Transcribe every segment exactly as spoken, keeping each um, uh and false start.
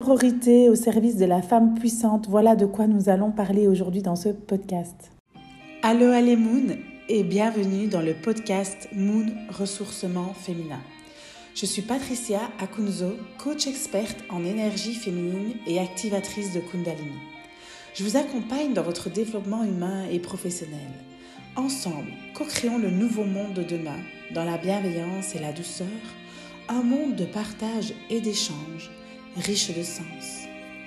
sororité au service de la femme puissante, voilà de quoi nous allons parler aujourd'hui dans ce podcast. Aloha les Moon et bienvenue dans le podcast Moon Ressourcement Féminin. Je suis Patricia Akunzo, coach experte en énergie féminine et activatrice de Kundalini. Je vous accompagne dans votre développement humain et professionnel. Ensemble, co-créons le nouveau monde de demain, dans la bienveillance et la douceur, un monde de partage et d'échange, riche de sens.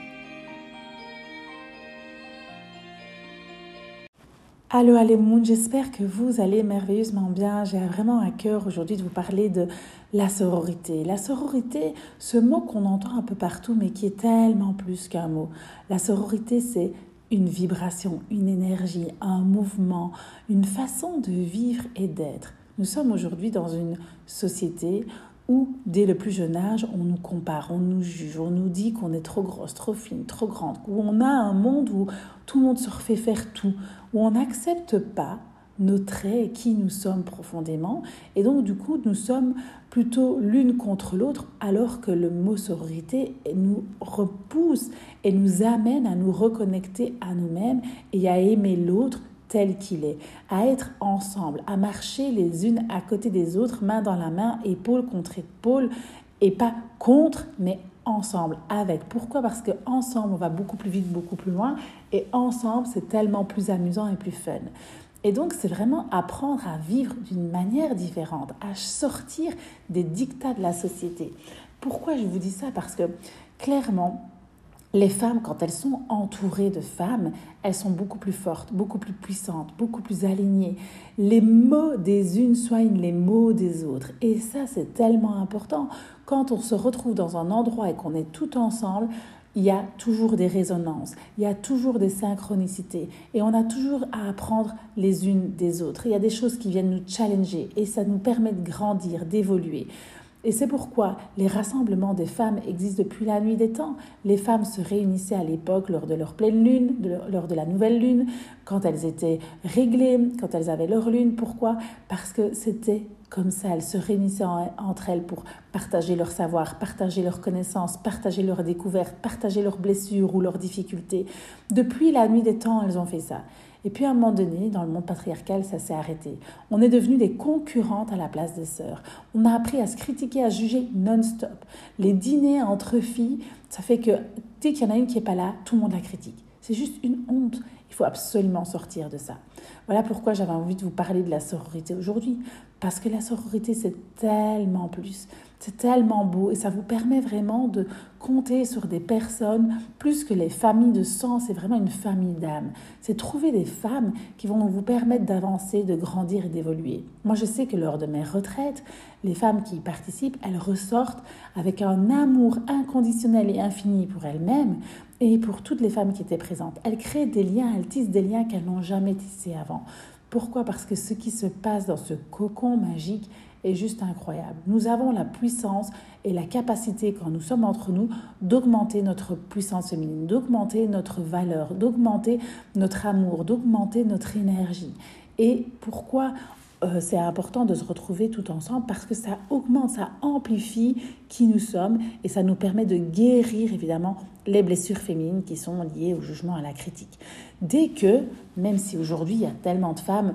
Aloha les Moon, j'espère que vous allez merveilleusement bien. J'ai vraiment à cœur aujourd'hui de vous parler de la sororité. La sororité, ce mot qu'on entend un peu partout, mais qui est tellement plus qu'un mot. La sororité, c'est une vibration, une énergie, un mouvement, une façon de vivre et d'être. Nous sommes aujourd'hui dans une société où, dès le plus jeune âge, on nous compare, on nous juge, on nous dit qu'on est trop grosse, trop fine, trop grande, où on a un monde où tout le monde se refait faire tout, où on n'accepte pas nos traits et qui nous sommes profondément. Et donc, du coup, nous sommes plutôt l'une contre l'autre, alors que le mot sororité nous repousse et nous amène à nous reconnecter à nous-mêmes et à aimer l'autre tel qu'il est, à être ensemble, à marcher les unes à côté des autres, main dans la main, épaule contre épaule, et pas contre, mais ensemble, avec. Pourquoi ? Parce qu'ensemble, on va beaucoup plus vite, beaucoup plus loin, et ensemble, c'est tellement plus amusant et plus fun. Et donc, c'est vraiment apprendre à vivre d'une manière différente, à sortir des dictats de la société. Pourquoi je vous dis ça ? Parce que, clairement, les femmes, quand elles sont entourées de femmes, elles sont beaucoup plus fortes, beaucoup plus puissantes, beaucoup plus alignées. Les mots des unes soignent les mots des autres. Et ça, c'est tellement important. Quand on se retrouve dans un endroit et qu'on est tout ensemble, il y a toujours des résonances, il y a toujours des synchronicités. Et on a toujours à apprendre les unes des autres. Il y a des choses qui viennent nous challenger et ça nous permet de grandir, d'évoluer. Et c'est pourquoi les rassemblements des femmes existent depuis la nuit des temps. Les femmes se réunissaient à l'époque lors de leur pleine lune, de, lors de la nouvelle lune, quand elles étaient réglées, quand elles avaient leur lune. Pourquoi ? Parce que c'était comme ça. Elles se réunissaient en, entre elles pour partager leur savoir, partager leurs connaissances, partager leurs découvertes, partager leurs blessures ou leurs difficultés. Depuis la nuit des temps, elles ont fait ça. Et puis à un moment donné, dans le monde patriarcal, ça s'est arrêté. On est devenus des concurrentes à la place des sœurs. On a appris à se critiquer, à se juger non-stop. Les dîners entre filles, ça fait que dès qu'il y en a une qui n'est pas là, tout le monde la critique. C'est juste une honte. Il faut absolument sortir de ça. Voilà pourquoi j'avais envie de vous parler de la sororité aujourd'hui. Parce que la sororité, c'est tellement plus. C'est tellement beau et ça vous permet vraiment de compter sur des personnes plus que les familles de sang. C'est vraiment une famille d'âme. C'est trouver des femmes qui vont vous permettre d'avancer, de grandir et d'évoluer. Moi, je sais que lors de mes retraites, les femmes qui y participent, elles ressortent avec un amour inconditionnel et infini pour elles-mêmes et pour toutes les femmes qui étaient présentes. Elles créent des liens, elles tissent des liens qu'elles n'ont jamais tissés avant. Pourquoi ? Parce que ce qui se passe dans ce cocon magique est juste incroyable. Nous avons la puissance et la capacité, quand nous sommes entre nous, d'augmenter notre puissance féminine, d'augmenter notre valeur, d'augmenter notre amour, d'augmenter notre énergie. Et pourquoi euh, c'est important de se retrouver tout ensemble ? Parce que ça augmente, ça amplifie qui nous sommes et ça nous permet de guérir évidemment les blessures féminines qui sont liées au jugement, à la critique. Dès que, même si aujourd'hui il y a tellement de femmes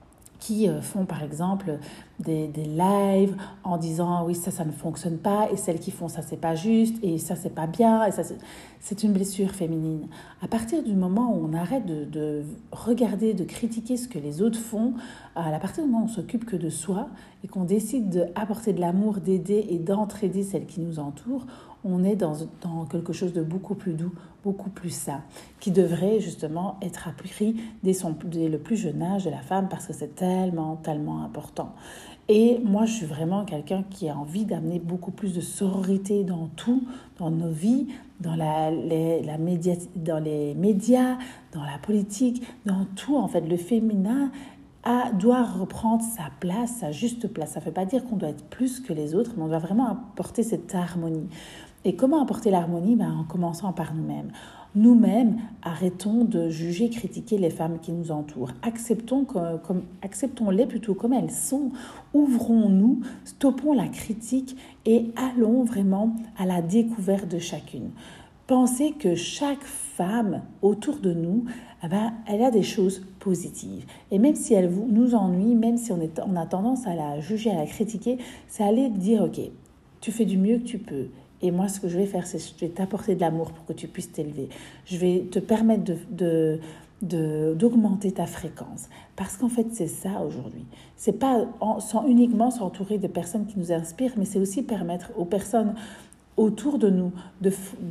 qui font par exemple des, des lives en disant oui ça ça ne fonctionne pas et celles qui font ça c'est pas juste et ça c'est pas bien et ça c'est, c'est une blessure féminine. À partir du moment où on arrête de, de regarder, de critiquer ce que les autres font, à partir du moment où on s'occupe que de soi et qu'on décide d'apporter de l'amour, d'aider et d'entraider celles qui nous entourent, on est dans, dans quelque chose de beaucoup plus doux, beaucoup plus sain, qui devrait justement être appris dès, son, dès le plus jeune âge de la femme parce que c'est tellement, tellement important. Et moi, je suis vraiment quelqu'un qui a envie d'amener beaucoup plus de sororité dans tout, dans nos vies, dans, la, les, la média, dans les médias, dans la politique, dans tout. En fait, le féminin a, doit reprendre sa place, sa juste place. Ça ne veut pas dire qu'on doit être plus que les autres, mais on doit vraiment apporter cette harmonie. Et comment apporter l'harmonie ? Ben, en commençant par nous-mêmes. Nous-mêmes, arrêtons de juger, critiquer les femmes qui nous entourent. Acceptons que, comme, acceptons-les plutôt comme elles sont. Ouvrons-nous, stoppons la critique et allons vraiment à la découverte de chacune. penser que chaque femme autour de nous, eh ben, elle a des choses positives. Et même si elle nous ennuie, même si on, est, on a tendance à la juger, à la critiquer, c'est aller dire, ok, tu fais du mieux que tu peux. Et moi, ce que je vais faire, c'est que je vais t'apporter de l'amour pour que tu puisses t'élever. Je vais te permettre de, de, de, d'augmenter ta fréquence. Parce qu'en fait, c'est ça aujourd'hui. C'est pas en, sans uniquement s'entourer de personnes qui nous inspirent, mais c'est aussi permettre aux personnes autour de nous de,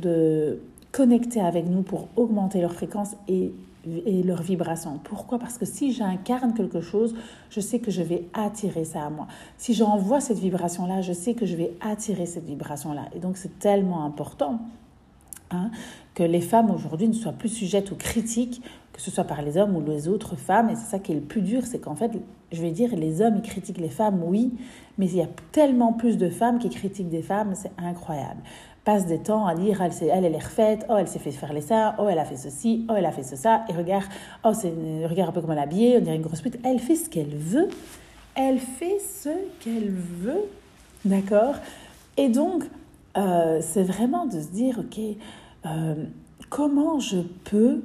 de connecter avec nous pour augmenter leur fréquence et, et leur vibration. Pourquoi ? Parce que si j'incarne quelque chose, je sais que je vais attirer ça à moi. Si j'envoie cette vibration-là, je sais que je vais attirer cette vibration-là. Et donc, c'est tellement important hein, que les femmes aujourd'hui ne soient plus sujettes aux critiques, que ce soit par les hommes ou les autres femmes. Et c'est ça qui est le plus dur, c'est qu'en fait, je vais dire, les hommes, ils critiquent les femmes, oui, mais il y a tellement plus de femmes qui critiquent des femmes, c'est incroyable. Passe des temps à dire, elle, elle, elle est refaite, oh, elle s'est fait faire les seins, oh, elle a fait ceci, oh, elle a fait ce, ça, et regarde, oh, c'est, regarde un peu comment elle est habillée, on dirait une grosse pute. Elle fait ce qu'elle veut, elle fait ce qu'elle veut, d'accord ? Et donc, euh, c'est vraiment de se dire, ok, euh, comment je peux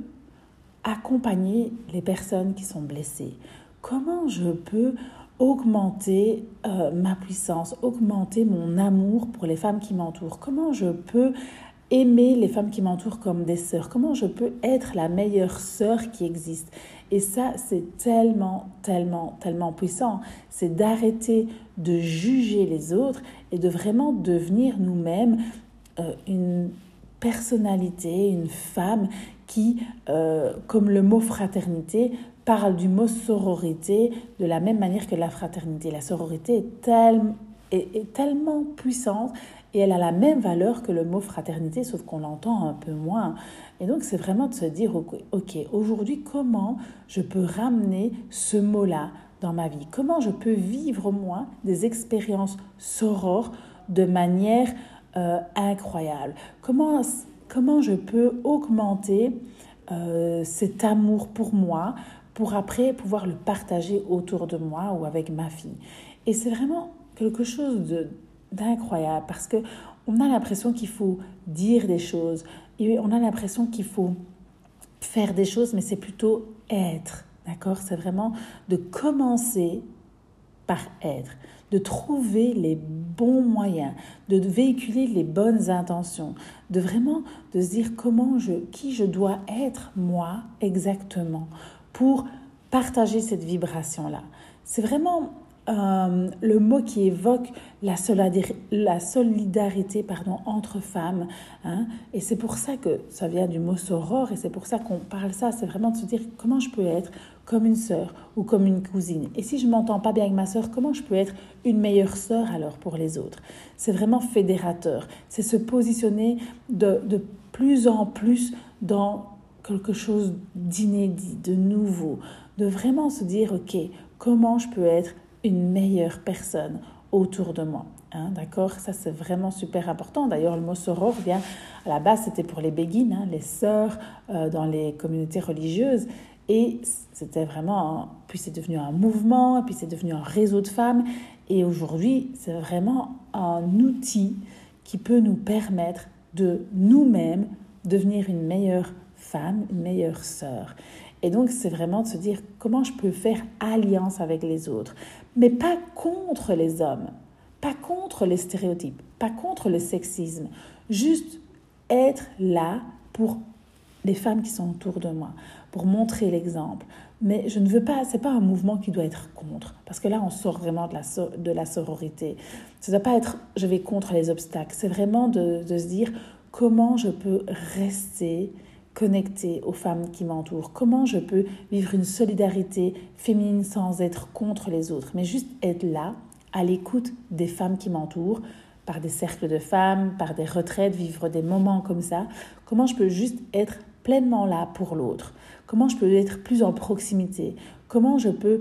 accompagner les personnes qui sont blessées ? Comment je peux augmenter euh, ma puissance, augmenter mon amour pour les femmes qui m'entourent? Comment je peux aimer les femmes qui m'entourent comme des sœurs? Comment je peux être la meilleure sœur qui existe? Et ça, c'est tellement, tellement, tellement puissant. C'est d'arrêter de juger les autres et de vraiment devenir nous-mêmes euh, une personnalité, une femme qui, euh, comme le mot fraternité, parle du mot sororité de la même manière que la fraternité. La sororité est, tel, est, est tellement puissante et elle a la même valeur que le mot fraternité, sauf qu'on l'entend un peu moins. Et donc, c'est vraiment de se dire, ok, aujourd'hui, comment je peux ramener ce mot-là dans ma vie? Comment je peux vivre, moi, des expériences sorores de manière euh, incroyable? Comment, comment je peux augmenter euh, cet amour pour moi pour après pouvoir le partager autour de moi ou avec ma fille. Et c'est vraiment quelque chose de, d'incroyable parce qu'on a l'impression qu'il faut dire des choses, et on a l'impression qu'il faut faire des choses, mais c'est plutôt être, d'accord ? C'est vraiment de commencer par être, de trouver les bons moyens, de véhiculer les bonnes intentions, de vraiment de se dire comment je, qui je dois être moi exactement pour partager cette vibration-là. C'est vraiment euh, le mot qui évoque la solidarité, la solidarité pardon, entre femmes. Hein, et c'est pour ça que ça vient du mot soror et c'est pour ça qu'on parle ça. C'est vraiment de se dire comment je peux être comme une sœur ou comme une cousine. Et si je ne m'entends pas bien avec ma sœur, comment je peux être une meilleure sœur alors pour les autres? C'est vraiment fédérateur. C'est se positionner de, de plus en plus dans quelque chose d'inédit, de nouveau, de vraiment se dire, ok, comment je peux être une meilleure personne autour de moi, hein, d'accord? Ça, c'est vraiment super important. D'ailleurs, le mot soror vient, à la base, c'était pour les béguines, hein, les sœurs euh, dans les communautés religieuses, et c'était vraiment, un, puis c'est devenu un mouvement, puis c'est devenu un réseau de femmes, et aujourd'hui, c'est vraiment un outil qui peut nous permettre de nous-mêmes devenir une meilleure femme, une meilleure sœur. Et donc, c'est vraiment de se dire comment je peux faire alliance avec les autres, mais pas contre les hommes, pas contre les stéréotypes, pas contre le sexisme, juste être là pour les femmes qui sont autour de moi, pour montrer l'exemple. Mais je ne veux pas, c'est pas un mouvement qui doit être contre, parce que là, on sort vraiment de la, de la sororité. Ça ne doit pas être je vais contre les obstacles, c'est vraiment de, de se dire comment je peux rester connectée aux femmes qui m'entourent, comment je peux vivre une solidarité féminine sans être contre les autres, mais juste être là, à l'écoute des femmes qui m'entourent, par des cercles de femmes, par des retraites, vivre des moments comme ça. Comment je peux juste être pleinement là pour l'autre? Comment je peux être plus en proximité? Comment je peux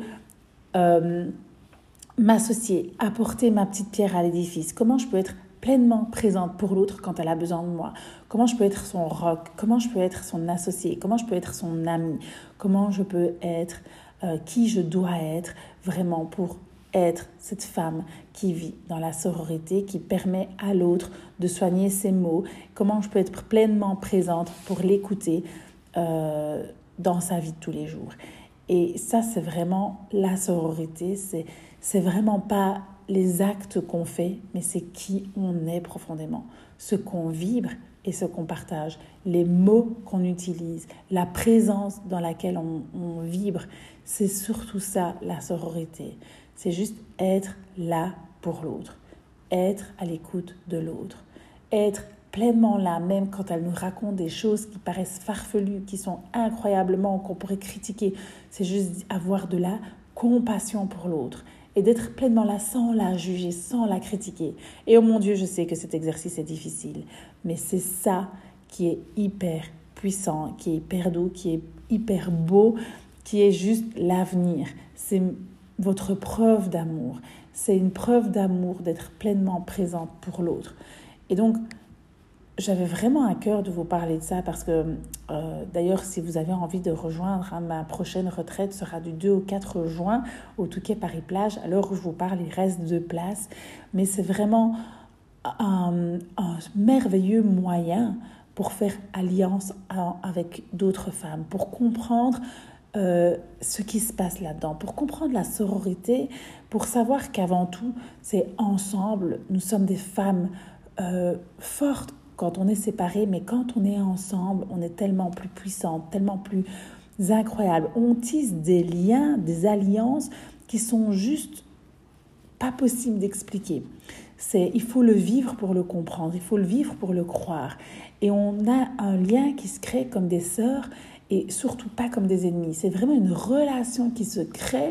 euh, m'associer, apporter ma petite pierre à l'édifice? Comment je peux être pleinement présente pour l'autre quand elle a besoin de moi? Comment je peux être son rock? Comment je peux être son associé? Comment je peux être son ami? Comment je peux être euh, qui je dois être vraiment pour être cette femme qui vit dans la sororité, qui permet à l'autre de soigner ses maux, comment je peux être pleinement présente pour l'écouter euh, dans sa vie de tous les jours. Et ça, c'est vraiment la sororité, c'est, c'est vraiment pas les actes qu'on fait, mais c'est qui on est profondément, ce qu'on vibre et ce qu'on partage, les mots qu'on utilise, la présence dans laquelle on, on vibre. C'est surtout ça, la sororité. C'est juste être là pour l'autre, être à l'écoute de l'autre, être pleinement là, même quand elle nous raconte des choses qui paraissent farfelues, qui sont incroyablement, qu'on pourrait critiquer. C'est juste avoir de la compassion pour l'autre et d'être pleinement là sans la juger, sans la critiquer. Et oh mon Dieu, je sais que cet exercice est difficile, mais c'est ça qui est hyper puissant, qui est hyper doux, qui est hyper beau, qui est juste l'avenir. C'est votre preuve d'amour. C'est une preuve d'amour d'être pleinement présente pour l'autre. Et donc, j'avais vraiment à cœur de vous parler de ça parce que, euh, d'ailleurs, si vous avez envie de rejoindre, hein, ma prochaine retraite sera du deux au quatre juin au Touquet Paris-Plage. À l'heure où je vous parle, il reste deux places. Mais c'est vraiment un, un merveilleux moyen pour faire alliance avec d'autres femmes, pour comprendre euh, ce qui se passe là-dedans, pour comprendre la sororité, pour savoir qu'avant tout, c'est ensemble, nous sommes des femmes euh, fortes, quand on est séparés, mais quand on est ensemble, on est tellement plus puissante, tellement plus incroyable. On tisse des liens, des alliances qui sont juste pas possibles d'expliquer. C'est, il faut le vivre pour le comprendre, il faut le vivre pour le croire. Et on a un lien qui se crée comme des sœurs et surtout pas comme des ennemis. C'est vraiment une relation qui se crée,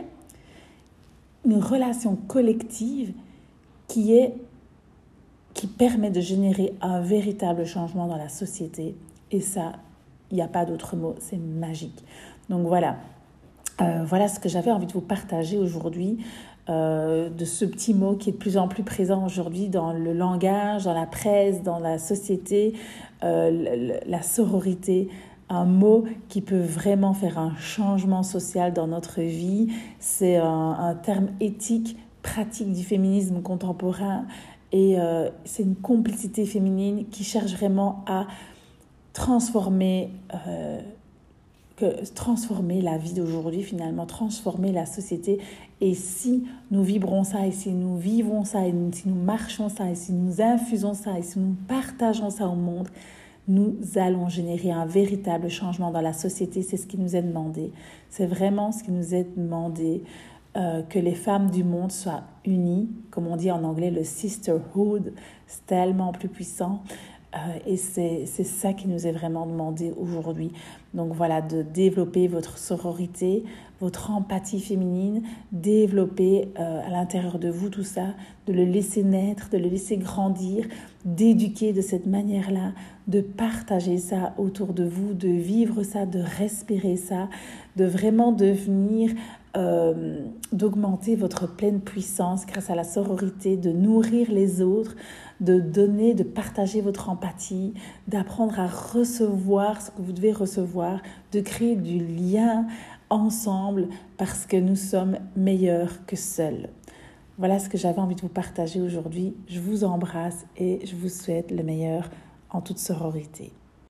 une relation collective qui est qui permet de générer un véritable changement dans la société. Et ça, il n'y a pas d'autre mot, c'est magique. Donc voilà, euh, voilà ce que j'avais envie de vous partager aujourd'hui, euh, de ce petit mot qui est de plus en plus présent aujourd'hui dans le langage, dans la presse, dans la société, euh, la sororité, un mot qui peut vraiment faire un changement social dans notre vie. C'est un, un terme éthique, pratique du féminisme contemporain. Et euh, c'est une complicité féminine qui cherche vraiment à transformer, euh, que, transformer la vie d'aujourd'hui, finalement, transformer la société. Et si nous vibrons ça, et si nous vivons ça, et si nous marchons ça, et si nous infusons ça, et si nous partageons ça au monde, nous allons générer un véritable changement dans la société. C'est ce qui nous est demandé. C'est vraiment ce qui nous est demandé. Euh, que les femmes du monde soient unies, comme on dit en anglais, le sisterhood, c'est tellement plus puissant. Euh, et c'est, c'est ça qui nous est vraiment demandé aujourd'hui. Donc voilà, de développer votre sororité, votre empathie féminine, développer euh, à l'intérieur de vous tout ça, de le laisser naître, de le laisser grandir, d'éduquer de cette manière-là, de partager ça autour de vous, de vivre ça, de respirer ça, de vraiment devenir... Euh, d'augmenter votre pleine puissance grâce à la sororité, de nourrir les autres, de donner, de partager votre empathie, d'apprendre à recevoir ce que vous devez recevoir, de créer du lien ensemble parce que nous sommes meilleurs que seuls. Voilà ce que j'avais envie de vous partager aujourd'hui. Je vous embrasse et je vous souhaite le meilleur en toute sororité.